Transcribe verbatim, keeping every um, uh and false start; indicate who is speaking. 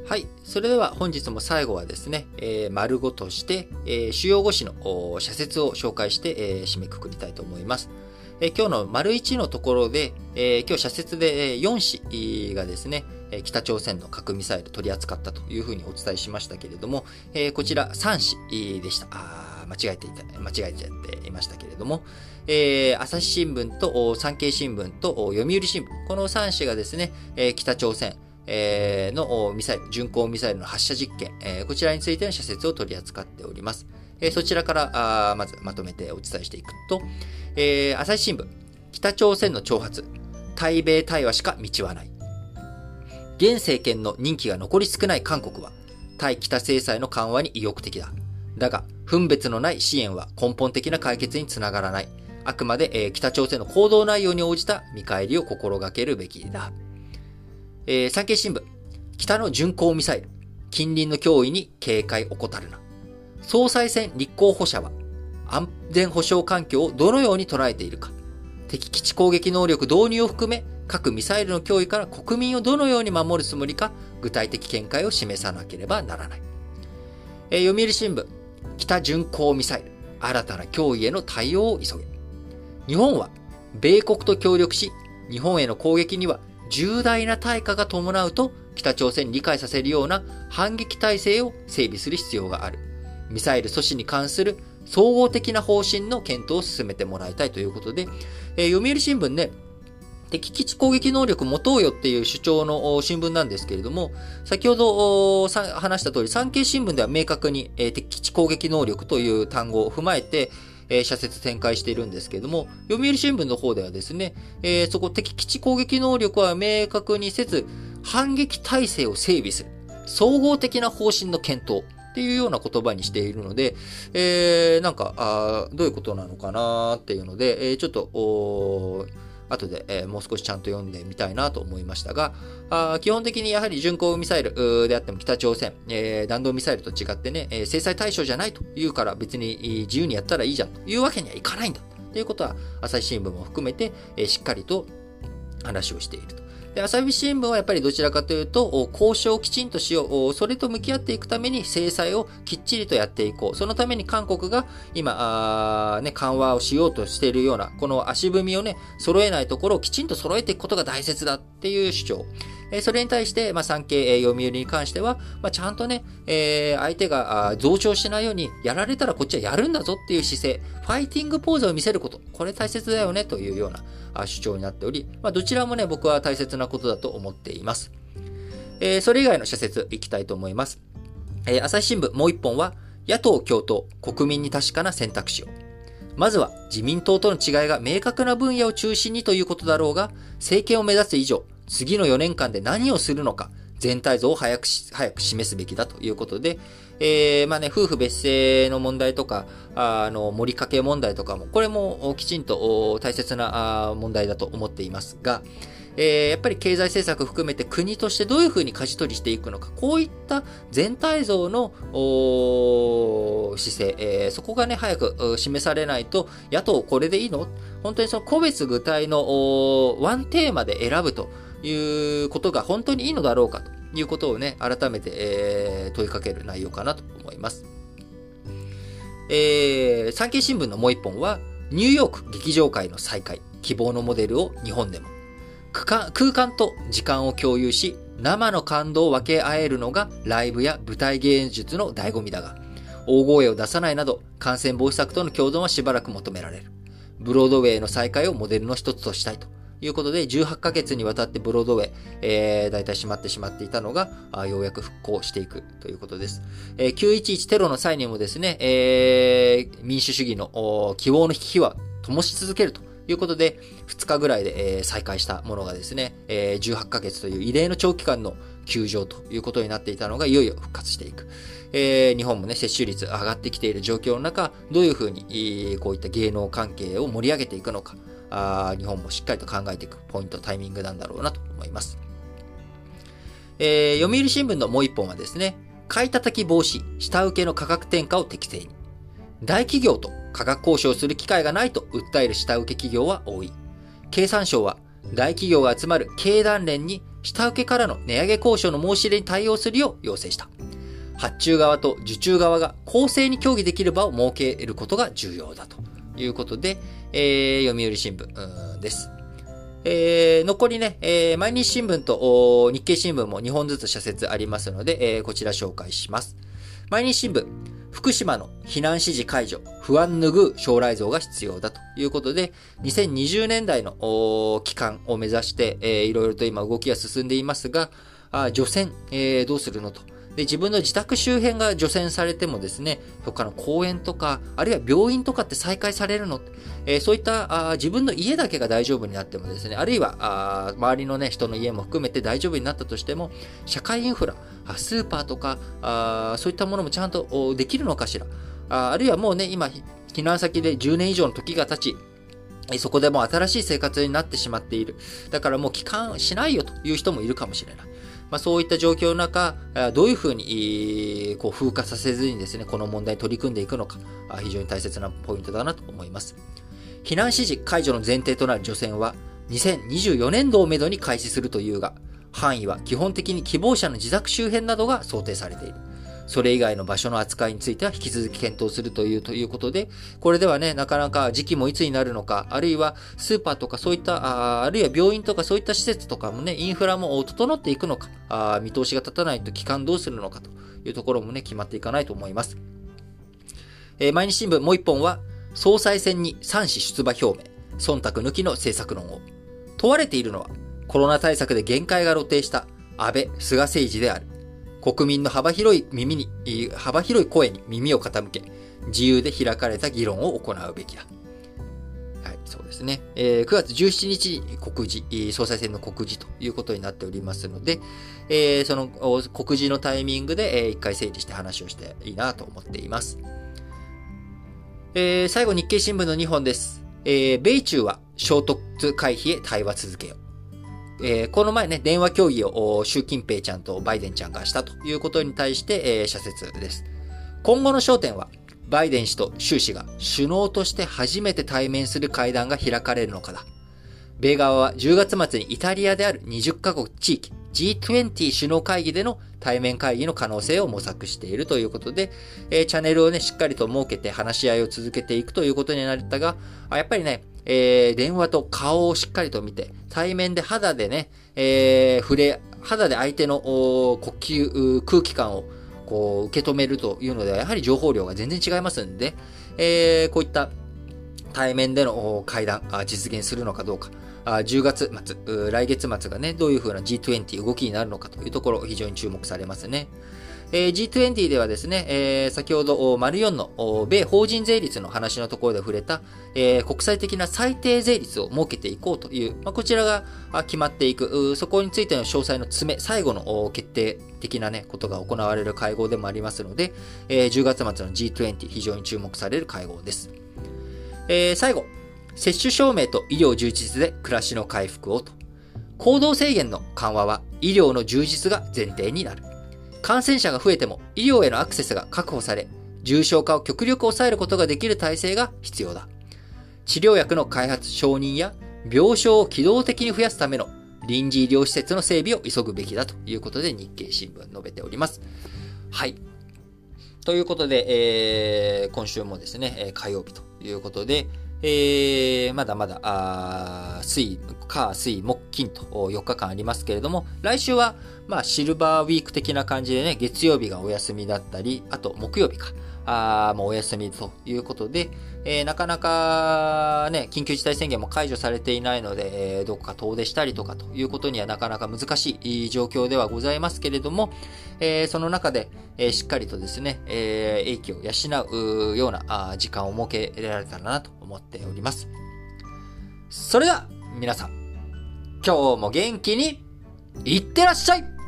Speaker 1: はい。それでは本日も最後はですね、えー、丸ごとして、えー、主要語詞の社説を紹介して、えー、締めくくりたいと思います。えー、今日の丸いちのところで、えー、今日社説でよん紙がですね、北朝鮮の核ミサイル取り扱ったというふうにお伝えしましたけれども、えー、こちらさん紙でした。あ間違えていた、間違えちゃっていましたけれども、えー、朝日新聞と産経新聞と読売新聞、このさん紙がですね、えー、北朝鮮、えー、のミサイル、巡航ミサイルの発射実験、えー、こちらについての社説を取り扱っております。えー、そちらからあまずまとめてお伝えしていくと、えー、朝日新聞、北朝鮮の挑発、対米対話しか道はない。現政権の任期が残り少ない韓国は、対北制裁の緩和に意欲的だ。だが、分別のない支援は根本的な解決につながらない。あくまで、えー、北朝鮮の行動内容に応じた見返りを心がけるべきだ。えー、産経新聞、北の巡航ミサイル、近隣の脅威に警戒怠るな。総裁選立候補者は、安全保障環境をどのように捉えているか。敵基地攻撃能力導入を含め、各ミサイルの脅威から国民をどのように守るつもりか、具体的見解を示さなければならない。えー、読売新聞、北巡航ミサイル、新たな脅威への対応を急げ。日本は、米国と協力し、日本への攻撃には重大な対価が伴うと北朝鮮に理解させるような反撃体制を整備する必要がある。ミサイル阻止に関する総合的な方針の検討を進めてもらいたいということで、えー、読売新聞ね、敵基地攻撃能力持とうよっていう主張の新聞なんですけれども、先ほど話した通り、産経新聞では明確に、えー、敵基地攻撃能力という単語を踏まえて、えー、社説展開しているんですけれども、読売新聞の方ではですね、えー、そこ敵基地攻撃能力は明確にせず、反撃体制を整備する。総合的な方針の検討っていうような言葉にしているので、えー、なんか、あどういうことなのかなっていうので、えー、ちょっと、お後で、えー、もう少しちゃんと読んでみたいなと思いましたが、あ基本的にやはり巡航ミサイルであっても北朝鮮、えー、弾道ミサイルと違ってね、えー、制裁対象じゃないというから別に自由にやったらいいじゃんというわけにはいかないんだということは朝日新聞も含めて、えー、しっかりと話をしていると。で、朝日新聞はやっぱりどちらかというと、交渉をきちんとしよう。それと向き合っていくために制裁をきっちりとやっていこう。そのために韓国が今、あね、緩和をしようとしているような、この足踏みをね、揃えないところをきちんと揃えていくことが大切だっていう主張。えそれに対して、まあ、産経、えー、読売に関しては、まあ、ちゃんとね、えー、相手が増長しないように、やられたらこっちはやるんだぞっていう姿勢、ファイティングポーズを見せること、これ大切だよねというような主張になっており、まあ、どちらもね、僕は大切なことだと思っています。えー、それ以外の社説いきたいと思います。えー、朝日新聞もう一本は、野党共闘、国民に確かな選択肢を。まずは自民党との違いが明確な分野を中心にということだろうが、政権を目指す以上、次のよねんかんで何をするのか、全体像を早くし、早く示すべきだということで、えー、まあね、夫婦別姓の問題とか、あの、盛りかけ問題とかも、これもきちんと大切な問題だと思っていますが、えー、やっぱり経済政策含めて国としてどういうふうに舵取りしていくのか、こういった全体像の姿勢、えー、そこがね、早く示されないと、野党これでいいの？本当にその個別具体のワンテーマで選ぶということが本当にいいのだろうかということをね、改めて、えー、問いかける内容かなと思います。えー、産経新聞のもう一本は、ニューヨーク劇場界の再開、希望のモデルを日本でも。空間と時間を共有し、生の感動を分け合えるのがライブや舞台芸術の醍醐味だが、大声を出さないなど感染防止策との共存はしばらく求められる。ブロードウェイの再開をモデルの一つとしたいということで、じゅうはちかげつにわたってブロードウェイ、えー、だいたい閉まってしまっていたのが、ようやく復興していくということです。えー、きゅういちいちテロの際にもですね、えー、民主主義の希望の火は灯し続けるということで、ふつかぐらいで、えー、再開したものがですね、えー、じゅうはちかげつという異例の長期間の休場ということになっていたのが、いよいよ復活していく。えー、日本もね、接種率上がってきている状況の中、どういうふうに、えー、こういった芸能関係を盛り上げていくのか、あ日本もしっかりと考えていくポイント、タイミングなんだろうなと思います。えー、読売新聞のもう一本はですね、買い叩き防止、下請けの価格転嫁を適正に。大企業と価格交渉する機会がないと訴える下請け企業は多い。経産省は大企業が集まる経団連に下請けからの値上げ交渉の申し入れに対応するよう要請した。発注側と受注側が公正に協議できる場を設けることが重要だということで、えー、読売新聞です。えー、残りね、えー、毎日新聞と日経新聞もにほんずつ社説ありますので、えー、こちら紹介します。毎日新聞、福島の避難指示解除、不安拭う将来像が必要だということで、にせんにじゅうねんだいの期間を目指して、えー、いろいろと今動きが進んでいますが、あ除染、えー、どうするのと。で、自分の自宅周辺が除染されてもですね、他の公園とか、あるいは病院とかって再開されるの、えー、そういったあ自分の家だけが大丈夫になってもですね、あるいはあ周りのね、人の家も含めて大丈夫になったとしても、社会インフラ、スーパーとか、あそういったものもちゃんとできるのかしら。あ、あるいはもうね、今、避難先でじゅうねん以上の時が経ち、そこでもう新しい生活になってしまっている。だからもう帰還しないよという人もいるかもしれない。まあ、そういった状況の中、どういうふうにこう風化させずにですね、この問題に取り組んでいくのか、非常に大切なポイントだなと思います。避難指示解除の前提となる除染はにせんにじゅうよねんどをめどに開始するというが、範囲は基本的に希望者の自宅周辺などが想定されている。それ以外の場所の扱いについては引き続き検討するというということで、これではね、なかなか時期もいつになるのか、あるいはスーパーとかそういった、あ, あるいは病院とかそういった施設とかもね、インフラも整っていくのか、あ見通しが立たないと期間どうするのかというところもね、決まっていかないと思います。えー、毎日新聞もう一本は、総裁選にさん氏出馬表明、忖度抜きの政策論を。問われているのは、コロナ対策で限界が露呈した安倍・菅政治である。国民の幅広い耳に、幅広い声に耳を傾け、自由で開かれた議論を行うべきだ。はい、そうですね。えー、くがつじゅうしちにちに告示、総裁選の告示ということになっておりますので、えー、その告示のタイミングで、えー、一回整理して話をしていいなと思っています。えー、最後日経新聞のにほんです。えー、米中は衝突回避へ対話続けよう。えー、この前ね、電話協議を習近平ちゃんとバイデンちゃんがしたということに対して、えー、社説です。今後の焦点は、バイデン氏と習氏が首脳として初めて対面する会談が開かれるのかだ。米側はじゅうがつ末にイタリアであるにじゅっかこく地域 ジーにじゅう 首脳会議での対面会議の可能性を模索しているということで、えー、チャンネルをね、しっかりと設けて話し合いを続けていくということになったが、やっぱりね、えー、電話と顔をしっかりと見て、対面で肌でね、えー、触れ、肌で相手の呼吸、空気感をこう受け止めるというのでは、やはり情報量が全然違いますんで、えー、こういった対面での会談、実現するのかどうか、じゅうがつまつ、来月末がね、どういう風な ジーにじゅう 動きになるのかというところ、非常に注目されますね。えー、ジーにじゅう ではですね、えー、先ほど、丸よんの米法人税率の話のところで触れた、えー、国際的な最低税率を設けていこうという、まあ、こちらが決まっていく、そこについての詳細の詰め、最後の決定的なね、ことが行われる会合でもありますので、えー、じゅうがつ末の ジーにじゅう 非常に注目される会合です。えー、最後、接種証明と医療充実で暮らしの回復をと。行動制限の緩和は医療の充実が前提になる。感染者が増えても医療へのアクセスが確保され、重症化を極力抑えることができる体制が必要だ。治療薬の開発承認や病床を機動的に増やすための臨時医療施設の整備を急ぐべきだということで日経新聞述べております。はい。ということで、えー、今週もですね、火曜日ということで、えー、まだまだ、あ水、火、水、木、金とよっかかんありますけれども、来週は、まあ、シルバーウィーク的な感じでね、月曜日がお休みだったり、あと木曜日か、あもうお休みということで、えー、なかなかね、緊急事態宣言も解除されていないので、えー、どこか遠出したりとかということにはなかなか難しい状況ではございますけれども、えー、その中で、えー、しっかりとですね、えー、英気を養うようなあ時間を設けられたらなと思っております。それでは、皆さん、今日も元気にいってらっしゃい。